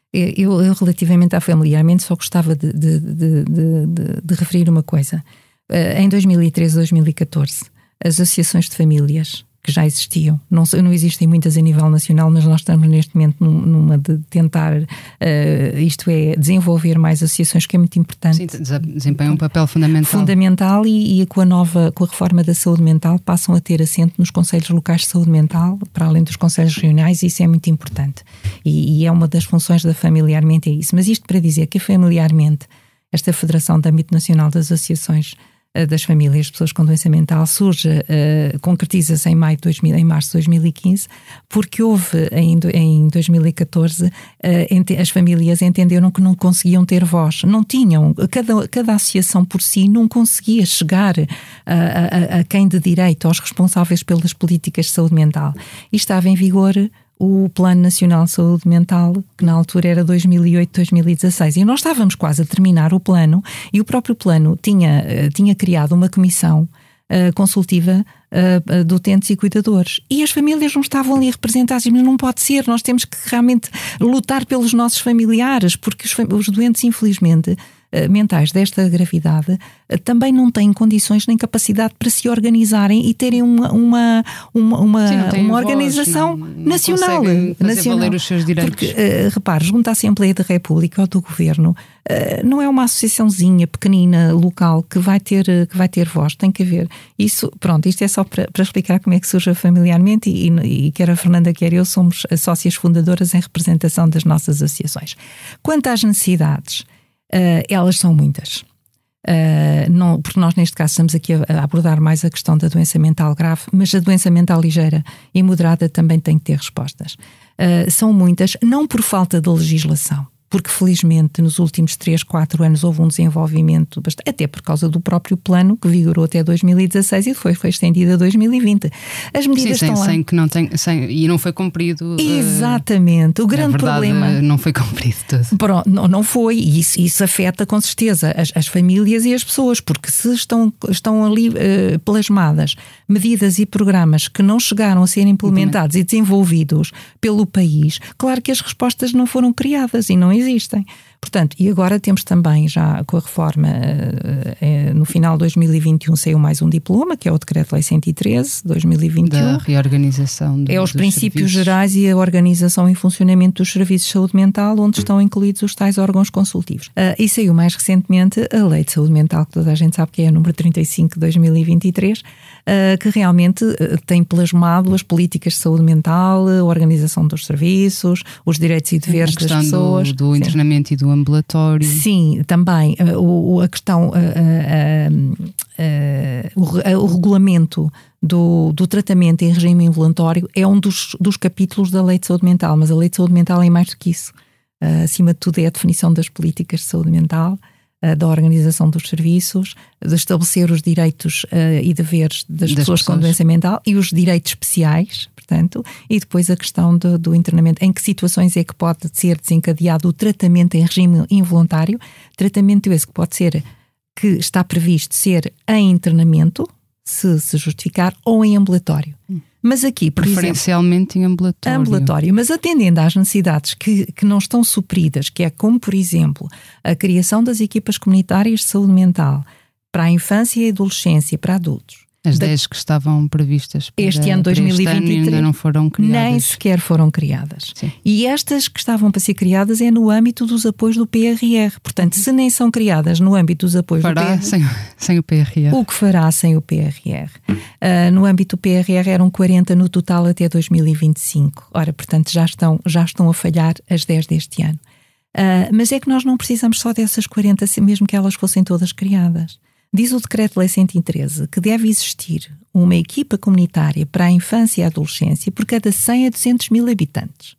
Eu, eu relativamente à Familiarmente, só gostava de, de, de, de, de, de referir uma coisa. Uh, em dois mil e treze, dois mil e catorze, as associações de famílias que já existiam, não, não existem muitas a nível nacional, mas nós estamos neste momento numa de tentar, uh, isto é, desenvolver mais associações, que é muito importante. Sim, desempenham um papel fundamental. Fundamental e, e com a nova, com a reforma da saúde mental, passam a ter assento nos conselhos locais de saúde mental, para além dos conselhos regionais, e isso é muito importante. E, e é uma das funções da Familiarmente, é isso. Mas isto para dizer que a Familiarmente, esta Federação de Âmbito Nacional das Associações das Famílias de Pessoas com Doença Mental, surge, uh, concretiza-se em, maio de dois mil, em março de dois mil e quinze, porque houve em, em dois mil e catorze, uh, ente, as famílias entenderam que não conseguiam ter voz, não tinham, cada, cada associação por si não conseguia chegar a, a, a quem de direito, aos responsáveis pelas políticas de saúde mental. E estava em vigor o Plano Nacional de Saúde Mental, que na altura era dois mil e oito, dois mil e dezasseis. E nós estávamos quase a terminar o plano, e o próprio plano tinha, tinha criado uma comissão uh, consultiva uh, de utentes e cuidadores. E as famílias não estavam ali representadas, mas não pode ser, nós temos que realmente lutar pelos nossos familiares, porque os, os doentes, infelizmente, mentais desta gravidade também não têm condições nem capacidade para se organizarem e terem uma, uma, uma, uma, Sim, uma organização voz, não, nacional. Não fazer nacional. Valer os seus direitos. Porque, uh, repare, junto à Assembleia da República ou do Governo, uh, não é uma associaçãozinha pequenina, local, que vai ter, que vai ter voz, tem que haver. Isso, pronto, isto é só para, para explicar como é que surge Familiarmente, e, e, e quer a Fernanda, quer eu, somos sócias fundadoras em representação das nossas associações. Quanto às necessidades, Uh, elas são muitas, uh, não, porque nós neste caso estamos aqui a, a abordar mais a questão da doença mental grave, mas a doença mental ligeira e moderada também tem que ter respostas. Uh, são muitas, não por falta de legislação, porque felizmente nos últimos três, quatro anos houve um desenvolvimento, bastante, até por causa do próprio plano que vigorou até dois mil e dezasseis e depois foi estendido a dois mil e vinte. As medidas Sim, estão sem, lá. Sem que não tem, sem, e não foi cumprido. Exatamente. Uh, o grande verdade, problema... não foi cumprido tudo. Pronto, não, não foi, e isso, isso afeta com certeza as, as famílias e as pessoas, porque se estão, estão ali uh, plasmadas medidas e programas que não chegaram a ser implementados e desenvolvidos pelo país, claro que as respostas não foram criadas e não existem. Portanto, e agora temos também, já com a reforma, no final de dois mil e vinte e um saiu mais um diploma, que é o Decreto-Lei cento e treze de dois mil e vinte e um. Da reorganização do, É os dos princípios serviços. gerais e a organização e funcionamento dos serviços de saúde mental, onde estão incluídos os tais órgãos consultivos. Uh, e saiu mais recentemente a Lei de Saúde Mental, que toda a gente sabe que é a número trinta e cinco de dois mil e vinte e três, uh, que realmente uh, tem plasmado as políticas de saúde mental, a organização dos serviços, os direitos e deveres das pessoas. Do, do internamento e do ambulatório. Sim, também uh, o, a questão, uh, uh, uh, uh, o, o regulamento do, do tratamento em regime involuntário é um dos, dos capítulos da Lei de Saúde Mental, mas a Lei de Saúde Mental é mais do que isso. Uh, acima de tudo é a definição das políticas de saúde mental, uh, da organização dos serviços, de estabelecer os direitos uh, e deveres das, das pessoas, pessoas com doença mental e os direitos especiais, portanto, e depois a questão do, do internamento. Em que situações é que pode ser desencadeado o tratamento em regime involuntário? Tratamento esse que pode ser, que está previsto ser em internamento, se se justificar, ou em ambulatório. Hum. Mas aqui, por preferencialmente exemplo, em ambulatório. ambulatório, mas atendendo às necessidades que, que não estão supridas, que é como, por exemplo, a criação das equipas comunitárias de saúde mental para a infância e adolescência, para adultos. As dez que estavam previstas para este ano dois mil e vinte e três este ano ainda não foram criadas. Nem sequer foram criadas. Sim. E estas que estavam para ser criadas é no âmbito dos apoios do P R R. Portanto, se nem são criadas no âmbito dos apoios fará do P R R... sem, sem o P R R. O que fará sem o P R R? Uh, no âmbito do P R R eram quarenta no total até dois mil e vinte e cinco. Ora, portanto, já estão, já estão a falhar as dez deste ano. Uh, mas é que nós não precisamos só dessas quarenta, mesmo que elas fossem todas criadas. Diz o Decreto-Lei cento e treze que deve existir uma equipa comunitária para a infância e a adolescência por cada cem a duzentos mil habitantes.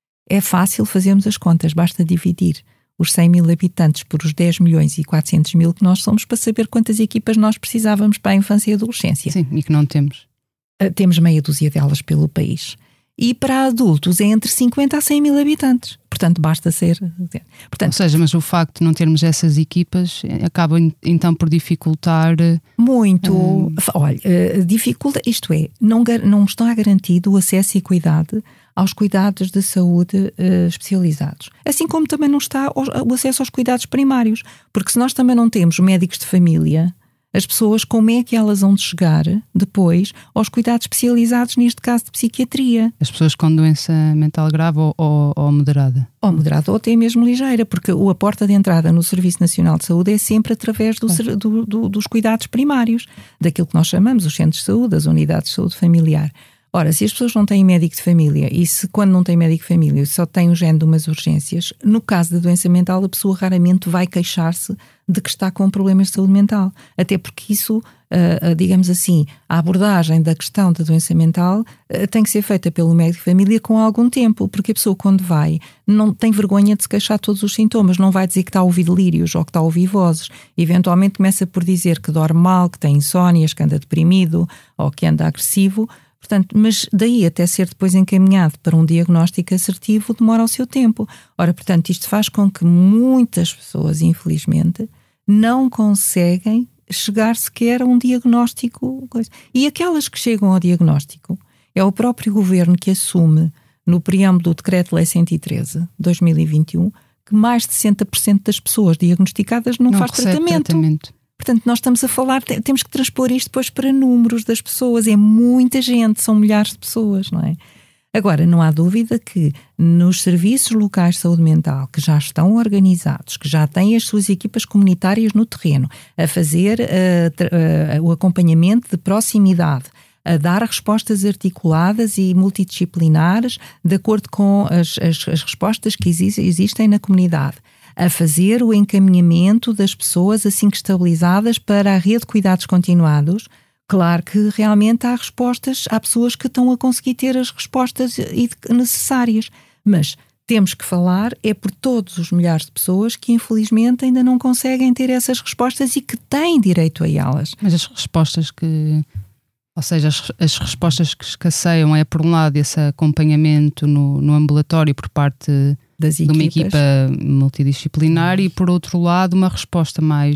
É fácil fazermos as contas, basta dividir os cem mil habitantes por os dez milhões e quatrocentos mil que nós somos para saber quantas equipas nós precisávamos para a infância e a adolescência. Sim, e que não temos. Uh, temos meia dúzia delas pelo país. E para adultos é entre cinquenta a cem mil habitantes. Portanto, basta ser... Portanto, ou seja, mas o facto de não termos essas equipas acaba então por dificultar... Muito. Um... Olha, dificulta, isto é, não, não está garantido o acesso e cuidado aos cuidados de saúde uh, especializados. Assim como também não está o, o acesso aos cuidados primários. Porque se nós também não temos médicos de família... As pessoas, como é que elas vão de chegar depois aos cuidados especializados, neste caso de psiquiatria? As pessoas com doença mental grave ou, ou, ou moderada? Ou moderada, ou até mesmo ligeira, porque a porta de entrada no Serviço Nacional de Saúde é sempre através do, claro. do, do, dos cuidados primários, daquilo que nós chamamos os centros de saúde, as unidades de saúde familiar. Ora, se as pessoas não têm médico de família e se quando não têm médico de família só têm o género de umas urgências, no caso da doença mental a pessoa raramente vai queixar-se de que está com problemas de saúde mental. Até porque isso, uh, uh, digamos assim, a abordagem da questão da doença mental uh, tem que ser feita pelo médico de família com algum tempo, porque a pessoa quando vai não tem vergonha de se queixar de todos os sintomas, não vai dizer que está a ouvir delírios ou que está a ouvir vozes. Eventualmente começa por dizer que dorme mal, que tem insónias, que anda deprimido ou que anda agressivo. Portanto, mas daí até ser depois encaminhado para um diagnóstico assertivo demora o seu tempo. Ora, portanto, isto faz com que muitas pessoas, infelizmente, não conseguem chegar sequer a um diagnóstico. E aquelas que chegam ao diagnóstico, é o próprio governo que assume, no preâmbulo do Decreto-Lei cento e treze de dois mil e vinte e um, que mais de sessenta por cento das pessoas diagnosticadas não, não faz tratamento. tratamento. Portanto, nós estamos a falar, temos que transpor isto depois para números das pessoas. É muita gente, são milhares de pessoas, não é? Agora, não há dúvida que nos serviços locais de saúde mental que já estão organizados, que já têm as suas equipas comunitárias no terreno, a fazer uh, uh, o acompanhamento de proximidade, a dar respostas articuladas e multidisciplinares de acordo com as, as, as respostas que exi- existem na comunidade, a fazer o encaminhamento das pessoas assim que estabilizadas para a rede de cuidados continuados. Claro que realmente há respostas, há pessoas que estão a conseguir ter as respostas necessárias, mas temos que falar é por todos os milhares de pessoas que infelizmente ainda não conseguem ter essas respostas e que têm direito a elas. Mas as respostas que... Ou seja, as, as respostas que escasseiam é, por um lado, esse acompanhamento no, no ambulatório por parte das de uma equipa multidisciplinar e, por outro lado, uma resposta mais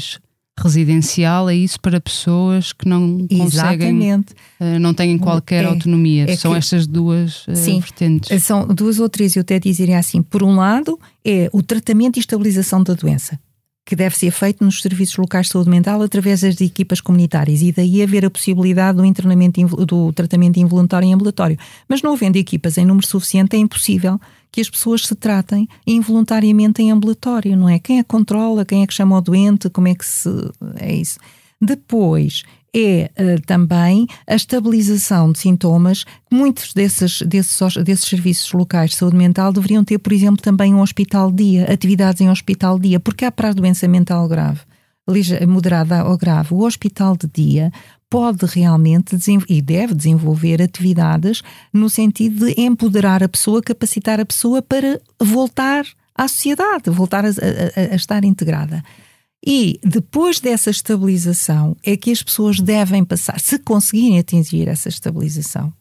residencial, é isso para pessoas que não conseguem, uh, não têm qualquer é, autonomia. É São que, estas duas uh, sim, vertentes. São duas ou três, eu até diria assim. Por um lado, é o tratamento e estabilização da doença, que deve ser feito nos serviços locais de saúde mental através das equipas comunitárias, e daí haver a possibilidade do, internamento, do tratamento involuntário em ambulatório. Mas não havendo equipas em número suficiente, é impossível que as pessoas se tratem involuntariamente em ambulatório, não é? Quem é que controla, quem é que chama o doente, como é que se... é isso. Depois é uh, também a estabilização de sintomas. Muitos desses, desses, desses serviços locais de saúde mental deveriam ter, por exemplo, também um hospital de dia, atividades em hospital de dia, porque há para a doença mental grave, moderada ou grave, o hospital de dia pode realmente e deve desenvolver atividades no sentido de empoderar a pessoa, capacitar a pessoa para voltar à sociedade, voltar a, a, a estar integrada. E depois dessa estabilização é que as pessoas devem passar, se conseguirem atingir essa estabilização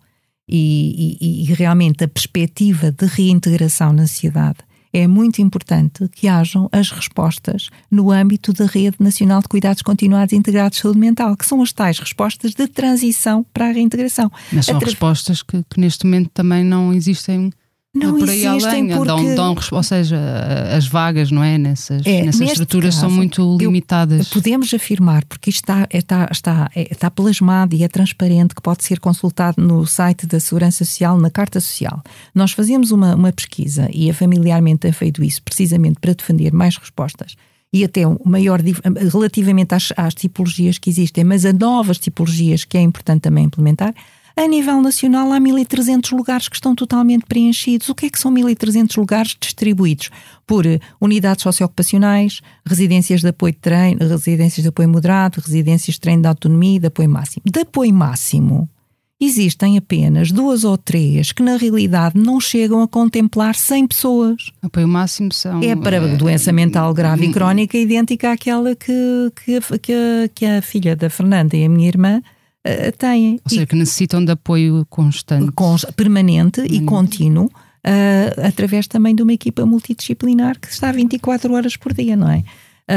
e, e, e realmente a perspectiva de reintegração na sociedade, é muito importante que hajam as respostas no âmbito da Rede Nacional de Cuidados Continuados e Integrados de Saúde Mental, que são as tais respostas de transição para a reintegração. Mas são Atra... respostas que, que neste momento também não existem. Não por aí além, porque... dão, dão, ou seja, as vagas, não é? Nessas, é, nessas estruturas caso, são muito limitadas. Podemos afirmar, porque isto está, está, está, está plasmado e é transparente, que pode ser consultado no site da Segurança Social, na Carta Social. Nós fazemos uma, uma pesquisa e a Familiarmente tem feito isso precisamente para defender mais respostas e até um maior, relativamente às, às tipologias que existem, mas a novas tipologias que é importante também implementar. A nível nacional há mil e trezentos lugares que estão totalmente preenchidos. O que é que são mil e trezentos lugares distribuídos? Por unidades socioocupacionais, residências de apoio de treino, residências de apoio moderado, residências de treino de autonomia e de apoio máximo. De apoio máximo existem apenas duas ou três que na realidade não chegam a contemplar cem pessoas. Apoio máximo são... É para é, doença mental grave e crónica idêntica àquela que, que, que, que a filha da Fernanda e a minha irmã Uh, têm. Ou seja, e, que necessitam de apoio constante. Cons, permanente hum. e contínuo, uh, através também de uma equipa multidisciplinar que está vinte e quatro horas por dia, não é?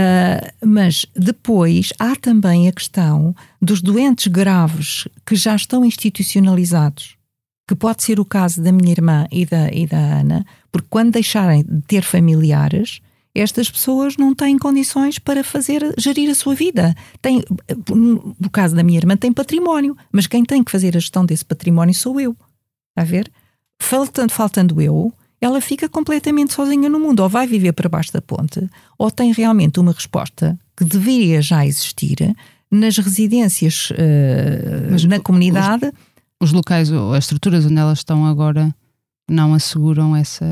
Uh, mas depois há também a questão dos doentes graves que já estão institucionalizados, que pode ser o caso da minha irmã e da, e da Ana, porque quando deixarem de ter familiares, estas pessoas não têm condições para fazer, gerir a sua vida. Tem, no caso da minha irmã, tem património, mas quem tem que fazer a gestão desse património sou eu. Está a ver? Faltando, faltando eu, ela fica completamente sozinha no mundo. Ou vai viver para baixo da ponte, ou tem realmente uma resposta que deveria já existir nas residências uh, mas na comunidade. Os, os locais, as estruturas onde elas estão agora não asseguram essa...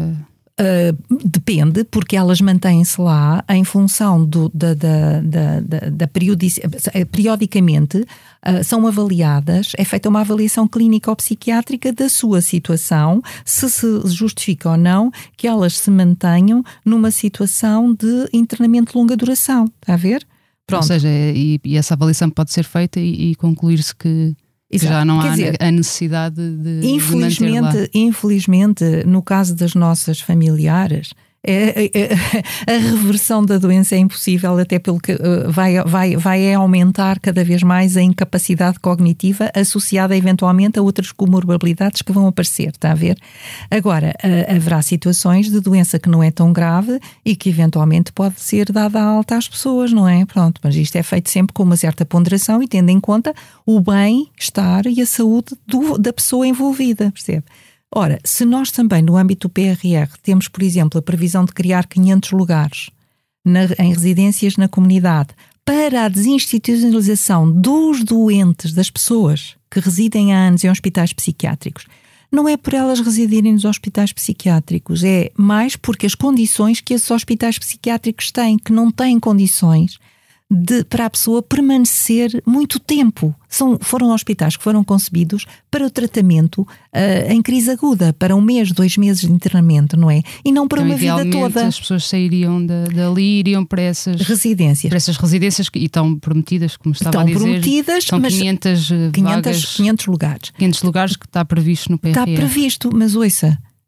Uh, depende, porque elas mantêm-se lá em função do, da, da, da, da, da periodic... periodicamente uh, são avaliadas, é feita uma avaliação clínica ou psiquiátrica da sua situação, se se justifica ou não que elas se mantenham numa situação de internamento de longa duração, está a ver? Pronto. Ou seja, e, e essa avaliação pode ser feita e, e concluir-se que Exato. Já não há dizer, a necessidade de, infelizmente, de manter lá. Infelizmente, no caso das nossas familiares, é, é, a reversão da doença é impossível, até pelo que vai, vai, vai aumentar cada vez mais a incapacidade cognitiva associada eventualmente a outras comorbilidades que vão aparecer, está a ver? Agora, haverá situações de doença que não é tão grave e que eventualmente pode ser dada a alta às pessoas, não é? Pronto, mas isto é feito sempre com uma certa ponderação e tendo em conta o bem-estar e a saúde do, da pessoa envolvida, percebe? Ora, se nós também no âmbito do P R R temos, por exemplo, a previsão de criar quinhentos lugares na, em residências na comunidade para a desinstitucionalização dos doentes, das pessoas que residem há anos em hospitais psiquiátricos, não é por elas residirem nos hospitais psiquiátricos, é mais porque as condições que esses hospitais psiquiátricos têm, que não têm condições de, para a pessoa permanecer muito tempo. São, foram hospitais que foram concebidos para o tratamento uh, em crise aguda, para um mês, dois meses de internamento, não é? E não para então, uma vida toda. As pessoas sairiam de, dali e iriam para essas residências. Para essas residências que, e estão prometidas, como estava estão a dizer. Prometidas, são mas quinhentas, quinhentos, vagas, quinhentos lugares. quinhentos lugares que está previsto no P R R. Está previsto, mas ouça,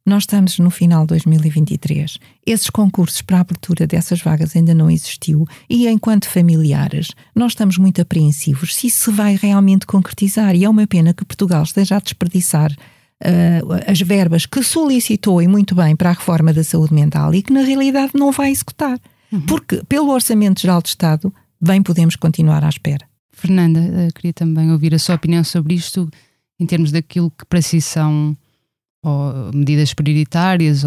Nós estamos no final de dois mil e vinte e três. Esses concursos para a abertura dessas vagas ainda não existiu e, enquanto familiares, nós estamos muito apreensivos se isso se vai realmente concretizar. E é uma pena que Portugal esteja a desperdiçar uh, as verbas que solicitou, e muito bem, para a reforma da saúde mental e que, na realidade, não vai executar. Uhum. Porque, pelo Orçamento Geral do Estado, bem podemos continuar à espera. Fernanda, queria também ouvir a sua opinião sobre isto, em termos daquilo que para si são ou medidas prioritárias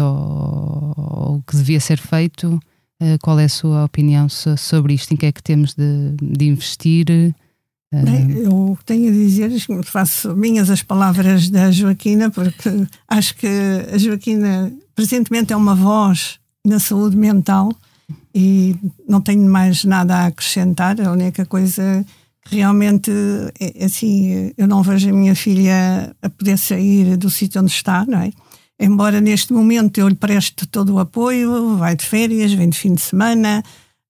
ou o que devia ser feito. Qual é a sua opinião sobre isto? Em que é que temos de, de investir? Bem, eu tenho a dizer, faço minhas as palavras da Joaquina, porque acho que a Joaquina presentemente é uma voz na saúde mental e não tenho mais nada a acrescentar. A única coisa que realmente é assim, eu não vejo a minha filha a poder sair do sítio onde está, não é? Embora neste momento eu lhe preste todo o apoio, vai de férias, vem de fim de semana,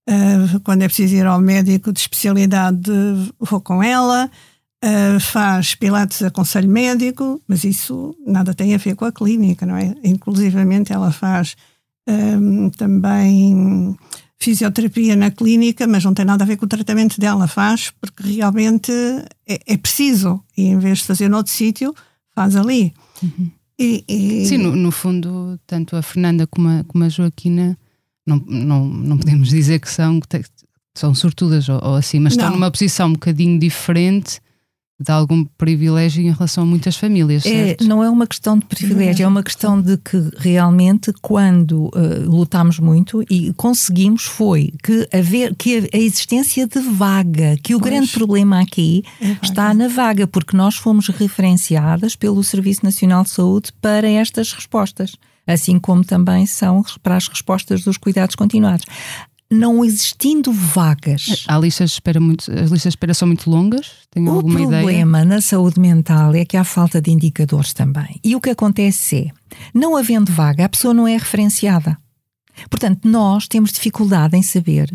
uh, quando é preciso ir ao médico de especialidade vou com ela, uh, faz pilates a conselho médico, mas isso nada tem a ver com a clínica, não é? Inclusivamente ela faz um, também fisioterapia na clínica, mas não tem nada a ver com o tratamento dela, faz porque realmente é, é preciso, e em vez de fazer noutro sítio, faz ali. Uhum. E, e... Sim, no, no fundo, tanto a Fernanda como a, como a Joaquina, não, não, não podemos dizer que são, que são sortudas ou, ou assim, mas não. Estão numa posição um bocadinho diferente de algum privilégio em relação a muitas famílias, certo? É, não é uma questão de privilégio, é uma questão de que realmente quando uh, lutámos muito e conseguimos foi que, haver, que a existência de vaga, que o pois. grande problema aqui é está na vaga, porque nós fomos referenciadas pelo Serviço Nacional de Saúde para estas respostas, assim como também são para as respostas dos cuidados continuados. Não existindo vagas. Há listas de espera muito, as listas de espera são muito longas? Tem alguma ideia? O problema na saúde mental é que há falta de indicadores também. E o que acontece é, não havendo vaga, a pessoa não é referenciada. Portanto, nós temos dificuldade em saber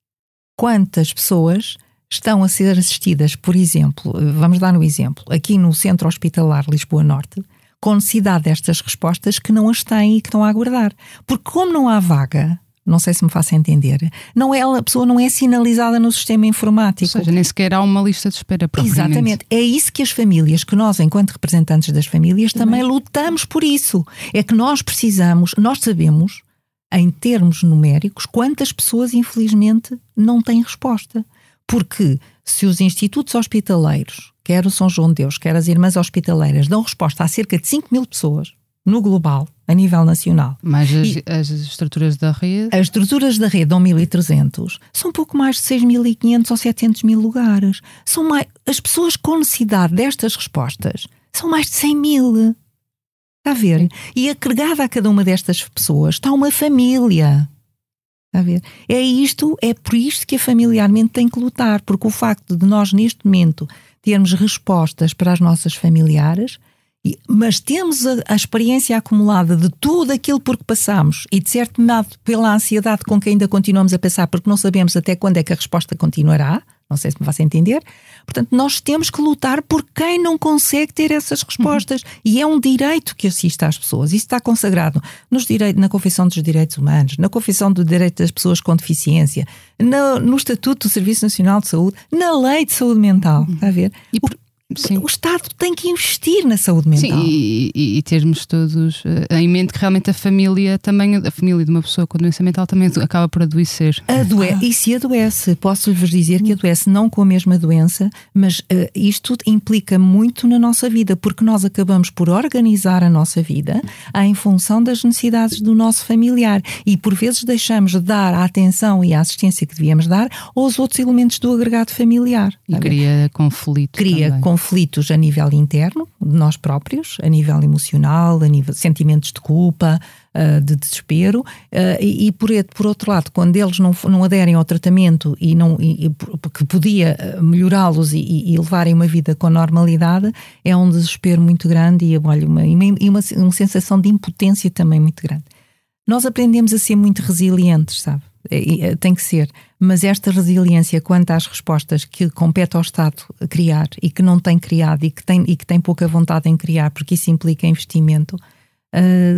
quantas pessoas estão a ser assistidas, por exemplo, vamos dar um exemplo, aqui no Centro Hospitalar Lisboa Norte, com necessidade destas respostas que não as têm e que estão a aguardar. Porque como não há vaga, não sei se me faço entender, não é, a pessoa não é sinalizada no sistema informático. Ou seja, nem sequer há uma lista de espera propriamente. Exatamente. É isso que as famílias, que nós, enquanto representantes das famílias, também, também lutamos por isso. É que nós precisamos, nós sabemos, em termos numéricos, quantas pessoas, infelizmente, não têm resposta. Porque se os institutos hospitaleiros, quer o São João de Deus, quer as Irmãs Hospitaleiras, dão resposta a cerca de cinco mil pessoas, no global, a nível nacional. Mas as, e, as estruturas da rede? As estruturas da rede dão mil e trezentos. São pouco mais de seis mil e quinhentos ou setecentos mil lugares. São mais, as pessoas com necessidade destas respostas são mais de cem mil. Está a ver? E agregada a cada uma destas pessoas está uma família. Está a ver? É isto, é por isto que a familiarmente tem que lutar, porque o facto de nós neste momento termos respostas para as nossas familiares, mas temos a, a experiência acumulada de tudo aquilo por que passamos e de certo modo pela ansiedade com que ainda continuamos a passar, porque não sabemos até quando é que a resposta continuará, não sei se me faço entender. Portanto, nós temos que lutar por quem não consegue ter essas respostas. Uhum. E é um direito que assista às pessoas. Isso está consagrado nos direitos, na Convenção dos Direitos Humanos, na Convenção do Direito das Pessoas com Deficiência, no, no Estatuto do Serviço Nacional de Saúde, na Lei de Saúde Mental. Uhum. Está a ver? E por... Sim. O Estado tem que investir na saúde mental. Sim, e, e, e termos todos uh, em mente que realmente a família também, a família de uma pessoa com doença mental também acaba por adoecer. Adoe ah. E se adoece, posso-lhes dizer que adoece não com a mesma doença, mas uh, isto implica muito na nossa vida, porque nós acabamos por organizar a nossa vida em função das necessidades do nosso familiar e por vezes deixamos de dar a atenção e a assistência que devíamos dar aos outros elementos do agregado familiar. E cria conflito Cria também. conflito. conflitos a nível interno, de nós próprios, a nível emocional, a nível de sentimentos de culpa, uh, de desespero, uh, e, e por, por outro lado, quando eles não, não aderem ao tratamento e, não, e, e que podia melhorá-los e, e levarem uma vida com normalidade, é um desespero muito grande e, olha, uma, e uma, uma sensação de impotência também muito grande. Nós aprendemos a ser muito resilientes, sabe? Tem que ser, mas esta resiliência quanto às respostas que compete ao Estado criar e que não tem criado e que tem, e que tem pouca vontade em criar, porque isso implica investimento, uh,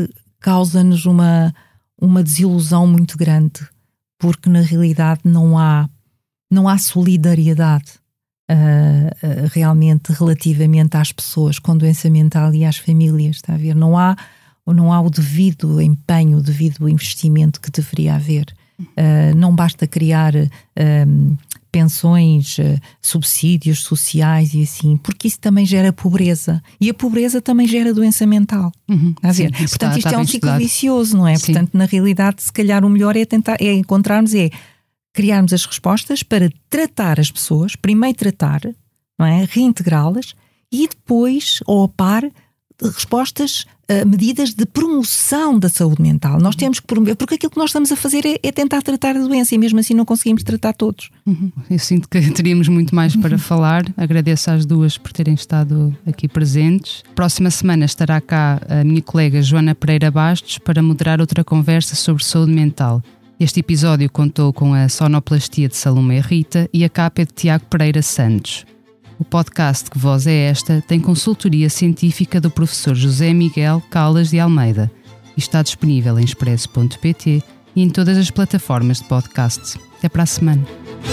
causa-nos uma, uma desilusão muito grande, porque na realidade não há, não há solidariedade uh, uh, realmente relativamente às pessoas com doença mental e às famílias, está a ver? Não há, não há o devido empenho, o devido investimento que deveria haver. Uh, não basta criar uh, pensões, uh, subsídios sociais e assim, porque isso também gera pobreza, e a pobreza também gera doença mental. Uhum, a ver? sim, Portanto, está, isto está é um ciclo vicioso, não é? Sim. Portanto, na realidade, se calhar o melhor é tentar, é encontrarmos, é criarmos as respostas para tratar as pessoas, primeiro tratar, não é? Reintegrá-las, e depois, ao par, respostas, uh, medidas de promoção da saúde mental. Nós temos que promover, porque aquilo que nós estamos a fazer é, é tentar tratar a doença, e mesmo assim não conseguimos tratar todos. Uhum. Eu sinto que teríamos muito mais para falar. Agradeço às duas por terem estado aqui presentes. Próxima semana estará cá a minha colega Joana Pereira Bastos para moderar outra conversa sobre saúde mental. Este episódio contou com a sonoplastia de Salomé Rita e a capa é de Tiago Pereira Santos. O podcast Que Voz é Esta tem consultoria científica do professor José Miguel Caldas de Almeida e está disponível em expresso ponto pt e em todas as plataformas de podcast. Até para a semana.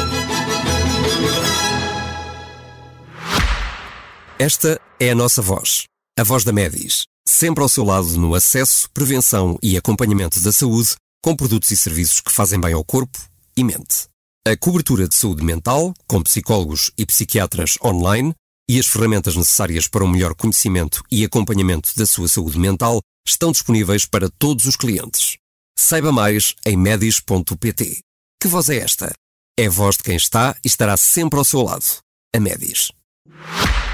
Esta é a nossa voz, a voz da Medis, sempre ao seu lado no acesso, prevenção e acompanhamento da saúde, com produtos e serviços que fazem bem ao corpo e mente. A cobertura de saúde mental, com psicólogos e psiquiatras online, e as ferramentas necessárias para um melhor conhecimento e acompanhamento da sua saúde mental estão disponíveis para todos os clientes. Saiba mais em medis ponto pt. Que voz é esta? É a voz de quem está e estará sempre ao seu lado. A Medis.